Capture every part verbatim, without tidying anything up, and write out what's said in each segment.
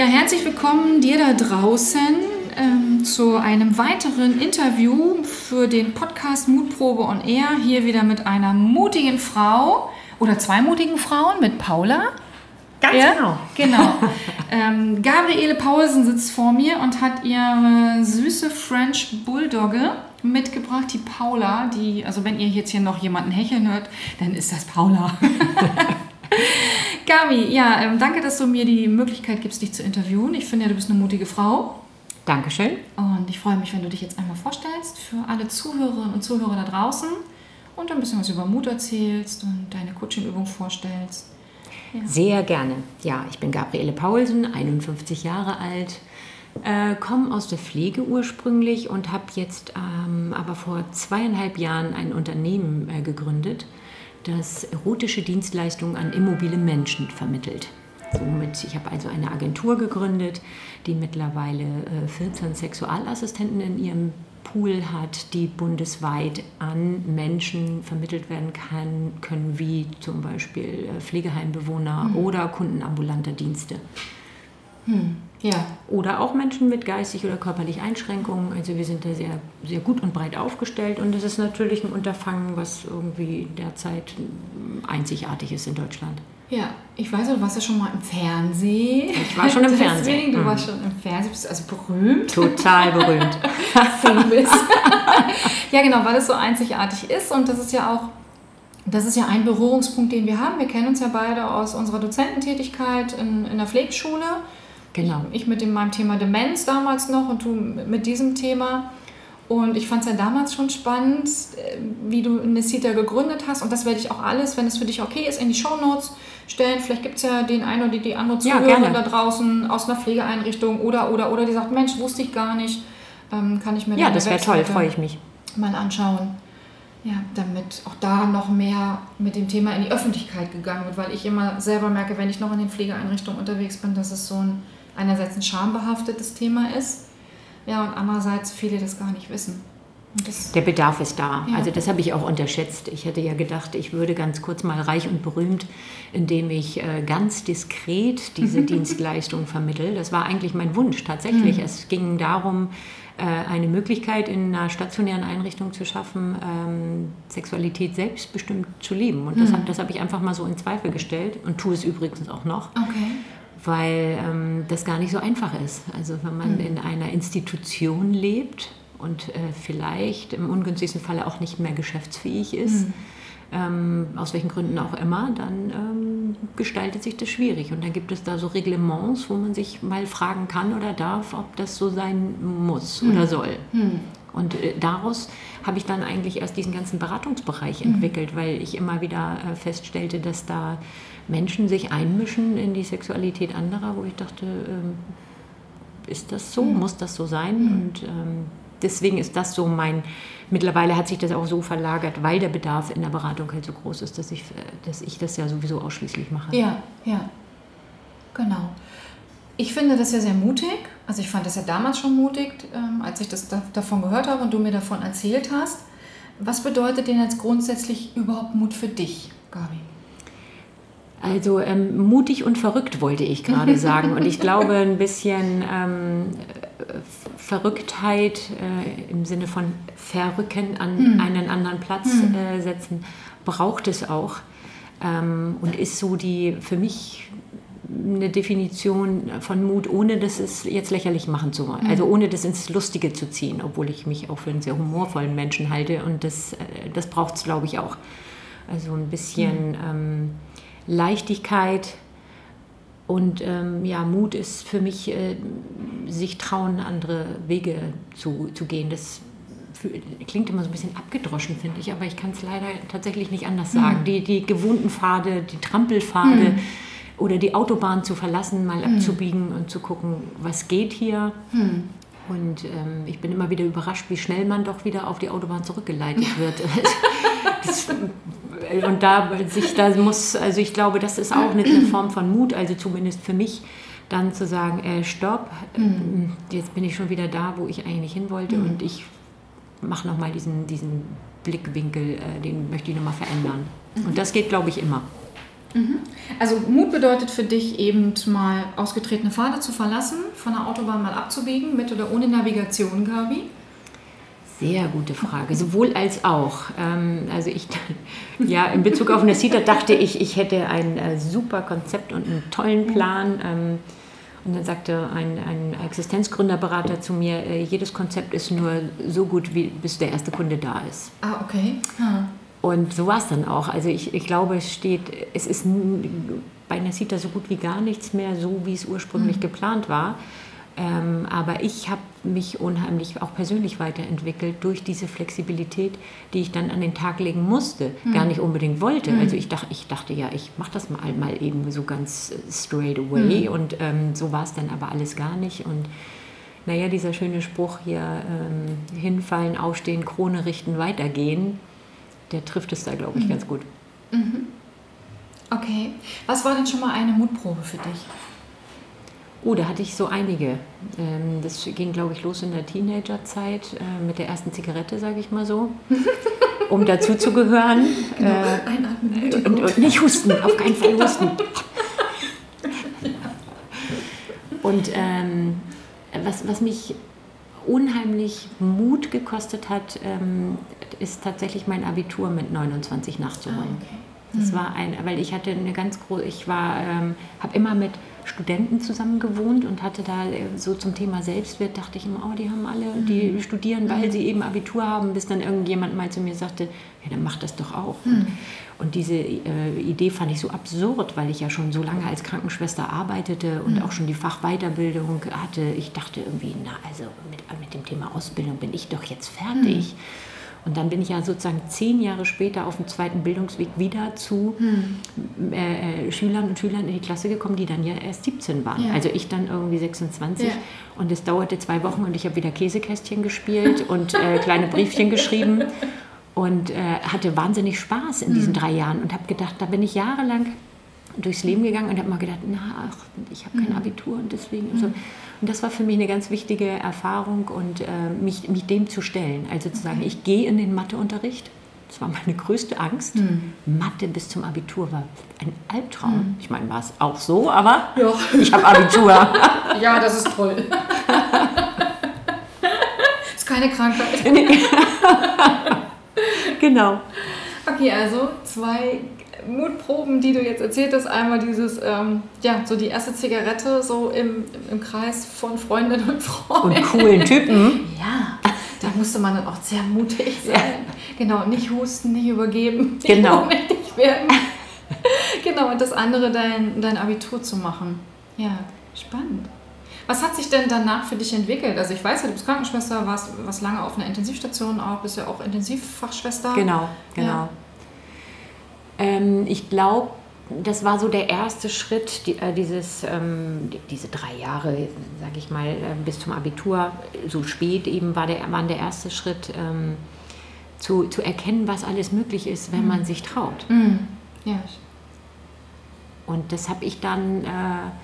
Ja, herzlich willkommen dir da draußen ähm, zu einem weiteren Interview für den Podcast Mutprobe on Air. Hier wieder mit einer mutigen Frau oder zwei mutigen Frauen mit Paula. Ganz ja? genau. Genau. ähm, Gabriele Paulsen sitzt vor mir und hat ihre süße French Bulldogge mitgebracht, die Paula, die, also wenn ihr jetzt hier noch jemanden hecheln hört, dann ist das Paula. Gabi, ja, ähm, danke, dass du mir die Möglichkeit gibst, dich zu interviewen. Ich finde ja, du bist eine mutige Frau. Dankeschön. Und ich freue mich, wenn du dich jetzt einmal vorstellst für alle Zuhörerinnen und Zuhörer da draußen und ein bisschen was über Mut erzählst und deine Coachingübung vorstellst. Ja. Sehr gerne. Ja, ich bin Gabriele Paulsen, einundfünfzig Jahre alt, äh, komme aus der Pflege ursprünglich und habe jetzt ähm, aber vor zweieinhalb Jahren ein Unternehmen äh, gegründet, das erotische Dienstleistungen an immobile Menschen vermittelt. Somit, ich habe also eine Agentur gegründet, die mittlerweile äh, vierzehn Sexualassistenten in ihrem Pool hat, die bundesweit an Menschen vermittelt werden kann, können, wie zum Beispiel äh, Pflegeheimbewohner mhm. oder Kunden ambulanter Dienste. Hm. Ja. Oder auch Menschen mit geistig oder körperlich Einschränkungen. Also wir sind da sehr, sehr gut und breit aufgestellt und es ist natürlich ein Unterfangen, was irgendwie derzeit einzigartig ist in Deutschland. Ja, ich weiß, du warst ja schon mal im Fernsehen. Ich war schon im Fernsehen. Deswegen, du mhm. warst schon im Fernsehen, bist also berühmt. Total berühmt. Ja, genau, weil es so einzigartig ist und das ist ja auch, das ist ja ein Berührungspunkt, den wir haben. Wir kennen uns ja beide aus unserer Dozententätigkeit in, in der Pflegeschule. Genau. Ich, ich mit dem, meinem Thema Demenz damals noch und du mit diesem Thema. Und ich fand es ja damals schon spannend, wie du Necita gegründet hast. Und das werde ich auch alles, wenn es für dich okay ist, in die Shownotes stellen. Vielleicht gibt es ja den einen oder die andere Zuhörer ja, da draußen aus einer Pflegeeinrichtung oder, oder, oder die sagt, Mensch, wusste ich gar nicht. Ähm, kann ich mir ja, das wäre toll, freue ich mich. Mal anschauen. Ja, damit auch da noch mehr mit dem Thema in die Öffentlichkeit gegangen wird. Weil ich immer selber merke, wenn ich noch in den Pflegeeinrichtungen unterwegs bin, dass es so ein einerseits ein schambehaftetes Thema ist, ja, und andererseits viele das gar nicht wissen. Das, der Bedarf ist da. Ja. Also das habe ich auch unterschätzt. Ich hätte ja gedacht, ich würde ganz kurz mal reich und berühmt, indem ich äh, ganz diskret diese Dienstleistung vermittle. Das war eigentlich mein Wunsch tatsächlich. Mhm. Es ging darum, äh, eine Möglichkeit in einer stationären Einrichtung zu schaffen, ähm, Sexualität selbstbestimmt zu leben. Und das, mhm. das habe ich einfach mal so in Zweifel gestellt und tue es übrigens auch noch. Okay. Weil ähm, das gar nicht so einfach ist. Also wenn man mhm. in einer Institution lebt und äh, vielleicht im ungünstigsten Falle auch nicht mehr geschäftsfähig ist, mhm. ähm, aus welchen Gründen auch immer, dann ähm, gestaltet sich das schwierig. Und dann gibt es da so Reglements, wo man sich mal fragen kann oder darf, ob das so sein muss mhm. oder soll. Mhm. Und äh, daraus habe ich dann eigentlich erst diesen ganzen Beratungsbereich mhm. entwickelt, weil ich immer wieder äh, feststellte, dass da Menschen sich einmischen in die Sexualität anderer, wo ich dachte, ähm, ist das so, mhm. muss das so sein? Mhm. Und ähm, deswegen ist das so mein, mittlerweile hat sich das auch so verlagert, weil der Bedarf in der Beratung halt so groß ist, dass ich, dass ich das ja sowieso ausschließlich mache. Ja, ja, genau. Ich finde das ja sehr mutig, also ich fand das ja damals schon mutig, ähm, als ich das da, davon gehört habe und du mir davon erzählt hast. Was bedeutet denn jetzt grundsätzlich überhaupt Mut für dich, Gabi? Also ähm, mutig und verrückt wollte ich gerade sagen. Und ich glaube, ein bisschen ähm, Verrücktheit äh, im Sinne von verrücken, an hm. einen anderen Platz hm. äh, setzen, braucht es auch. Ähm, und ist so die für mich eine Definition von Mut, ohne das es jetzt lächerlich machen zu wollen. Hm. Also ohne das ins Lustige zu ziehen, obwohl ich mich auch für einen sehr humorvollen Menschen halte. Und das, äh, das braucht es, glaube ich, auch. Also ein bisschen... Hm. Ähm, Leichtigkeit und ähm, ja, Mut ist für mich, äh, sich trauen, andere Wege zu, zu gehen. Das für, klingt immer so ein bisschen abgedroschen, finde ich, aber ich kann es leider tatsächlich nicht anders sagen. Mhm. Die, die gewohnten Pfade, die Trampelpfade mhm. oder die Autobahn zu verlassen, mal mhm. abzubiegen und zu gucken, was geht hier. Mhm. Und ähm, ich bin immer wieder überrascht, wie schnell man doch wieder auf die Autobahn zurückgeleitet wird. das, und da sich, da muss, also ich glaube, das ist auch eine Form von Mut, also zumindest für mich, dann zu sagen, äh, stopp, mhm. jetzt bin ich schon wieder da, wo ich eigentlich hin wollte mhm. und ich mache nochmal diesen, diesen Blickwinkel, äh, den möchte ich nochmal verändern. Mhm. Und das geht, glaube ich, immer. Mhm. Also Mut bedeutet für dich eben mal ausgetretene Pfade zu verlassen, von der Autobahn mal abzubiegen, mit oder ohne Navigation, Gabi? Sehr gute Frage, sowohl als auch. Ähm, also ich, ja, in Bezug auf Nesita dachte ich, ich hätte ein äh, super Konzept und einen tollen Plan. Ähm, und dann sagte ein, ein Existenzgründerberater zu mir, äh, jedes Konzept ist nur so gut, wie bis der erste Kunde da ist. Ah, okay. Hm. Und so war es dann auch. Also ich, ich glaube, es steht, es ist bei Nesita so gut wie gar nichts mehr so, wie es ursprünglich mhm. geplant war. Ähm, aber ich habe mich unheimlich auch persönlich weiterentwickelt durch diese Flexibilität, die ich dann an den Tag legen musste, mhm. gar nicht unbedingt wollte. Mhm. Also ich dachte, ich dachte ja, ich mache das mal, mal eben so ganz straight away mhm. und ähm, so war es dann aber alles gar nicht. Und naja, dieser schöne Spruch hier, ähm, hinfallen, aufstehen, Krone richten, weitergehen, der trifft es da, glaube ich, mhm. ganz gut. Mhm. Okay. Was war denn schon mal eine Mutprobe für dich? Oh, da hatte ich so einige. Das ging, glaube ich, los in der Teenagerzeit mit der ersten Zigarette, sage ich mal so, um dazu zu gehören. Genau. Äh, Einatmen. Und, und nicht husten, auf keinen Fall husten. Und ähm, was, was mich unheimlich Mut gekostet hat, ähm, ist tatsächlich mein Abitur mit neunundzwanzig nachzuholen. Ah, okay. Das war ein, weil ich hatte eine ganz große, ich war, ähm, habe immer mit Studenten zusammen gewohnt und hatte da so zum Thema Selbstwert, dachte ich immer, oh, die haben alle, die mhm. studieren, weil mhm. sie eben Abitur haben, bis dann irgendjemand mal zu mir sagte, ja, dann mach das doch auch. Mhm. Und, und diese äh, Idee fand ich so absurd, weil ich ja schon so lange als Krankenschwester arbeitete und mhm. auch schon die Fachweiterbildung hatte. Ich dachte irgendwie, na, also mit, mit dem Thema Ausbildung bin ich doch jetzt fertig. Mhm. Und dann bin ich ja sozusagen zehn Jahre später auf dem zweiten Bildungsweg wieder zu hm. äh, Schülern und Schülern in die Klasse gekommen, die dann ja erst siebzehn waren. Ja. Also ich dann irgendwie sechsundzwanzig. Ja. Und es dauerte zwei Wochen und ich habe wieder Käsekästchen gespielt und äh, kleine Briefchen geschrieben und äh, hatte wahnsinnig Spaß in diesen hm. drei Jahren und habe gedacht, da bin ich jahrelang durchs Leben gegangen und habe mal gedacht, na, ach, ich habe kein hm. Abitur und deswegen und so. Und das war für mich eine ganz wichtige Erfahrung und äh, mich, mich dem zu stellen. Also zu sagen, okay. ich gehe in den Matheunterricht. Das war meine größte Angst. Mhm. Mathe bis zum Abitur war ein Albtraum. Mhm. Ich meine, war es auch so, aber ja. ich habe Abitur. Ja, das ist toll. Ist keine Krankheit. Genau. Okay, also zwei Mutproben, die du jetzt erzählt hast. Einmal dieses, ähm, ja, so die erste Zigarette so im, im Kreis von Freundinnen und Freunden. Und coolen Typen. Ja, da musste man dann auch sehr mutig sein. Ja. Genau, nicht husten, nicht übergeben, nicht genau. ohnmächtig werden. Genau, und das andere, dein, dein Abitur zu machen. Ja, spannend. Was hat sich denn danach für dich entwickelt? Also ich weiß ja, du bist Krankenschwester, warst, warst lange auf einer Intensivstation auch, bist ja auch Intensivfachschwester. Genau, genau. Ja. Ähm, ich glaube, das war so der erste Schritt, die, äh, dieses, ähm, die, diese drei Jahre, sage ich mal, äh, bis zum Abitur, so spät eben war der, waren der erste Schritt, ähm, zu, zu erkennen, was alles möglich ist, wenn mhm. man sich traut. Mhm. Ja. Und das habe ich dann äh,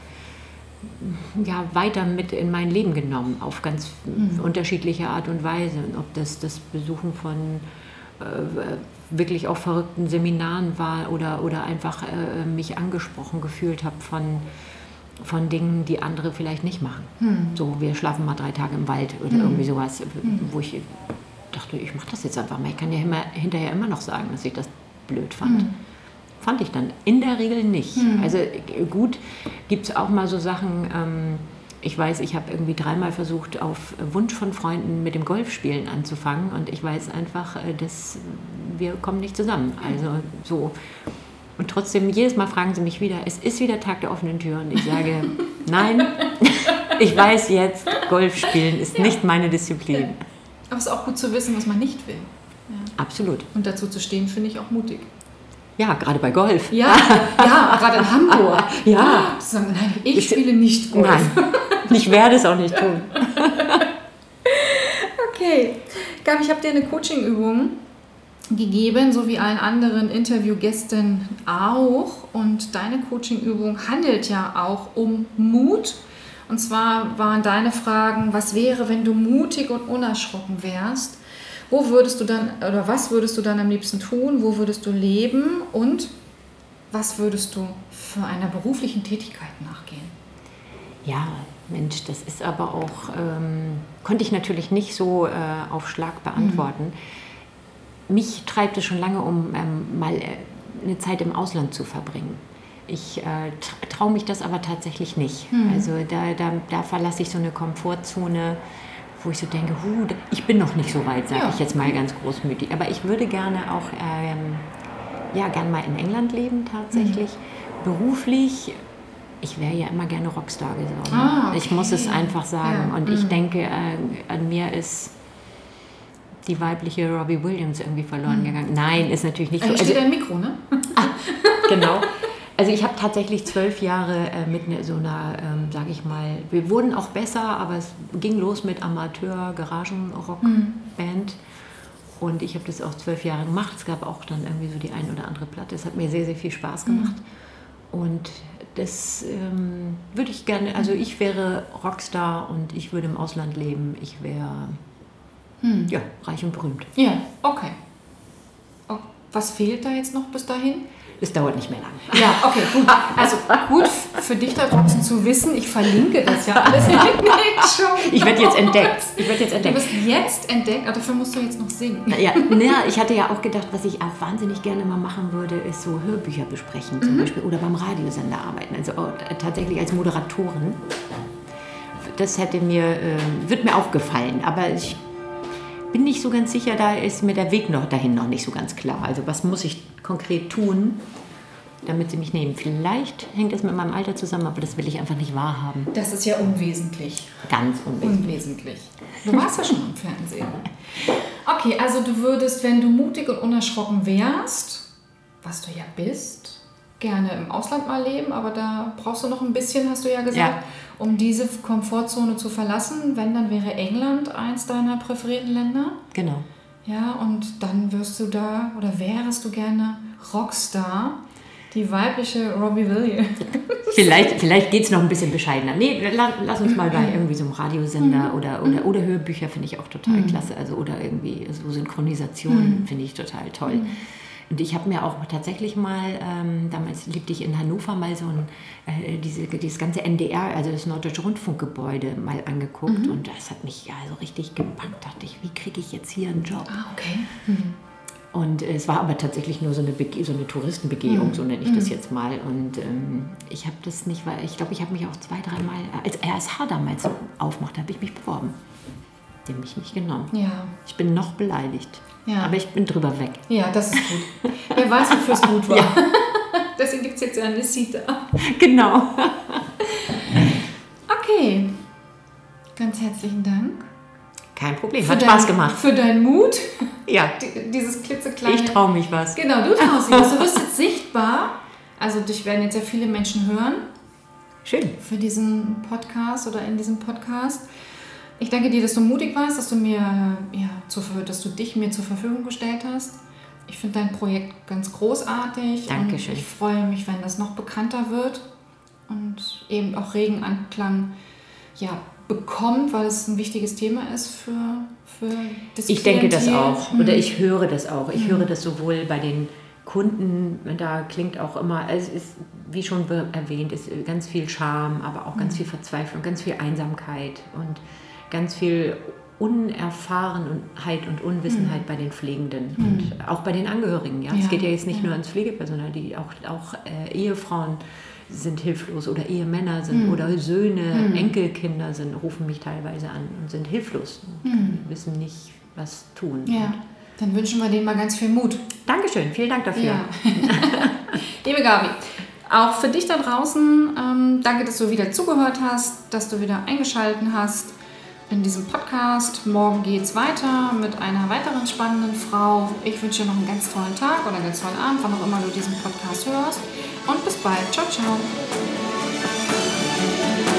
ja, weiter mit in mein Leben genommen, auf ganz mhm. unterschiedliche Art und Weise. Und ob das das Besuchen von äh, wirklich auch verrückten Seminaren war oder, oder einfach äh, mich angesprochen gefühlt habe von, von Dingen, die andere vielleicht nicht machen. Hm. So, wir schlafen mal drei Tage im Wald oder hm. irgendwie sowas, hm. wo ich dachte, ich mache das jetzt einfach mal. Ich kann ja immer, hinterher immer noch sagen, dass ich das blöd fand. Hm. Fand ich dann in der Regel nicht. Hm. Also gut, gibt es auch mal so Sachen, ähm, ich weiß, ich habe irgendwie dreimal versucht, auf Wunsch von Freunden mit dem Golfspielen anzufangen und ich weiß einfach, dass wir kommen nicht zusammen. Also so. Und trotzdem, jedes Mal fragen sie mich wieder, es ist wieder Tag der offenen Tür und ich sage, nein, ich weiß jetzt, Golf spielen ist ja. nicht meine Disziplin. Ja. Aber es ist auch gut zu wissen, was man nicht will. Ja. Absolut. Und dazu zu stehen, finde ich auch mutig. Ja, gerade bei Golf. Ja, ja, gerade in Hamburg. Ja. Zu sagen, nein, ich, ich spiele nicht Golf. Nein, ich werde es auch nicht tun. Okay. Gabi, ich habe dir eine Coaching-Übung gegeben, so wie allen anderen Interviewgästen auch. Und deine Coaching-Übung handelt ja auch um Mut. Und zwar waren deine Fragen, was wäre, wenn du mutig und unerschrocken wärst? Wo würdest du dann, oder was würdest du dann am liebsten tun? Wo würdest du leben? Und was würdest du für einer beruflichen Tätigkeit nachgehen? Ja, Mensch, das ist aber auch, ähm, konnte ich natürlich nicht so äh, auf Schlag beantworten. Mhm. Mich treibt es schon lange, um ähm, mal äh, eine Zeit im Ausland zu verbringen. Ich äh, traue mich das aber tatsächlich nicht. Mhm. Also da, da, da verlasse ich so eine Komfortzone, wo ich so denke, hu, ich bin noch nicht so weit, sage ja. ich jetzt mal ganz großmütig. Aber ich würde gerne auch, ähm, ja, gerne mal in England leben tatsächlich. Mhm. Beruflich, ich wäre ja immer gerne Rockstar geworden. Ah, okay. Ich muss es einfach sagen. Ja. Und mhm. ich denke, äh, an mir ist die weibliche Robbie Williams irgendwie verloren mhm. gegangen. Nein, ist natürlich nicht so. Also steht ein Mikro, ne? Ah, genau. Also ich habe tatsächlich zwölf Jahre äh, mit ne, so einer, ähm, sage ich mal, wir wurden auch besser, aber es ging los mit Amateur-Garagen-Rock-Band. Mhm. Und ich habe das auch zwölf Jahre gemacht. Es gab auch dann irgendwie so die ein oder andere Platte. Es hat mir sehr, sehr viel Spaß gemacht. Mhm. Und das ähm, würde ich gerne, also ich wäre Rockstar und ich würde im Ausland leben. Ich wäre, mhm. ja, reich und berühmt. Ja, okay. Oh, was fehlt da jetzt noch bis dahin? Es dauert nicht mehr lang. Ja, okay, gut. Also gut für dich da draußen zu wissen, ich verlinke das ja alles in den Show. Ich werde jetzt entdeckt. Ich werde jetzt entdeckt. Du wirst jetzt entdeckt, aber dafür musst du jetzt noch singen. Ja, na, ich hatte ja auch gedacht, was ich auch wahnsinnig gerne mal machen würde, ist so Hörbücher besprechen zum mhm. Beispiel oder beim Radiosender arbeiten. Also oh, tatsächlich als Moderatorin. Das hätte mir, äh, wird mir auch gefallen, aber ich bin nicht so ganz sicher, da ist mir der Weg noch dahin noch nicht so ganz klar. Also was muss ich konkret tun, damit sie mich nehmen? Vielleicht hängt das mit meinem Alter zusammen, aber das will ich einfach nicht wahrhaben. Das ist ja unwesentlich. Ganz unwesentlich. Unwesentlich. Du warst ja schon im Fernsehen. Okay, also du würdest, wenn du mutig und unerschrocken wärst, was du ja bist, gerne im Ausland mal leben, aber da brauchst du noch ein bisschen, hast du ja gesagt, ja. um diese Komfortzone zu verlassen. Wenn, dann wäre England eins deiner präferierten Länder. Genau. Ja, und dann wirst du da, oder wärst du gerne Rockstar, die weibliche Robbie Williams. Vielleicht, vielleicht geht es noch ein bisschen bescheidener. Nee, lass uns mal bei irgendwie so einem Radiosender mhm. oder, oder, oder Hörbücher finde ich auch total mhm. klasse. Also, oder irgendwie so Synchronisationen mhm. finde ich total toll. Mhm. Und ich habe mir auch tatsächlich mal, ähm, damals lebte ich in Hannover, mal so ein, äh, diese, dieses ganze N D R, also das Norddeutsche Rundfunkgebäude, mal angeguckt. Mhm. Und das hat mich ja so richtig gepackt. Dachte ich, wie kriege ich jetzt hier einen Job? Ah, okay. Mhm. Und äh, es war aber tatsächlich nur so eine, Bege- so eine Touristenbegehung, mhm. so nenne ich das jetzt mal. Und ähm, ich habe das nicht, weil ich glaube, ich habe mich auch zwei, dreimal, als R S H damals aufmachte, habe ich mich beworben. Die haben mich nicht genommen. Ja. Ich bin noch beleidigt. Ja. Aber ich bin drüber weg. Ja, das ist gut. Wer weiß, wofür es gut war. Ja. Deswegen gibt es jetzt ja eine Sita. Genau. Okay. Ganz herzlichen Dank. Kein Problem. Hat Spaß gemacht. Für deinen Mut. Ja. Die, dieses klitzekleine. Ich traue mich was. Genau, du traust dich was. Du wirst jetzt sichtbar. Also dich werden jetzt ja viele Menschen hören. Schön. Für diesen Podcast oder in diesem Podcast. Ich danke dir, dass du mutig warst, dass du mir, ja, zu, dass du dich mir zur Verfügung gestellt hast. Ich finde dein Projekt ganz großartig. Dankeschön. Und ich freue mich, wenn das noch bekannter wird und eben auch regen Anklang, ja, bekommt, weil es ein wichtiges Thema ist für, für das Ich Klientel. Denke das auch. Oder ich höre das auch. Ich mhm. höre das sowohl bei den Kunden, da klingt auch immer, es ist, wie schon erwähnt, ist ganz viel Scham, aber auch ganz mhm. viel Verzweiflung, ganz viel Einsamkeit und ganz viel Unerfahrenheit und Unwissenheit mhm. bei den Pflegenden mhm. und auch bei den Angehörigen. Ja? Ja. Es geht ja jetzt nicht ja. nur ans Pflegepersonal, die auch, auch äh, Ehefrauen sind hilflos oder Ehemänner sind mhm. oder Söhne, mhm. Enkelkinder sind, rufen mich teilweise an und sind hilflos und mhm. wissen nicht, was tun. Ja. Dann wünschen wir denen mal ganz viel Mut. Dankeschön, vielen Dank dafür. Ja. Liebe Gabi, auch für dich da draußen, ähm, danke, dass du wieder zugehört hast, dass du wieder eingeschaltet hast in diesem Podcast. Morgen geht es weiter mit einer weiteren spannenden Frau. Ich wünsche dir noch einen ganz tollen Tag oder einen ganz tollen Abend, wann auch immer du diesen Podcast hörst. Und bis bald. Ciao, ciao.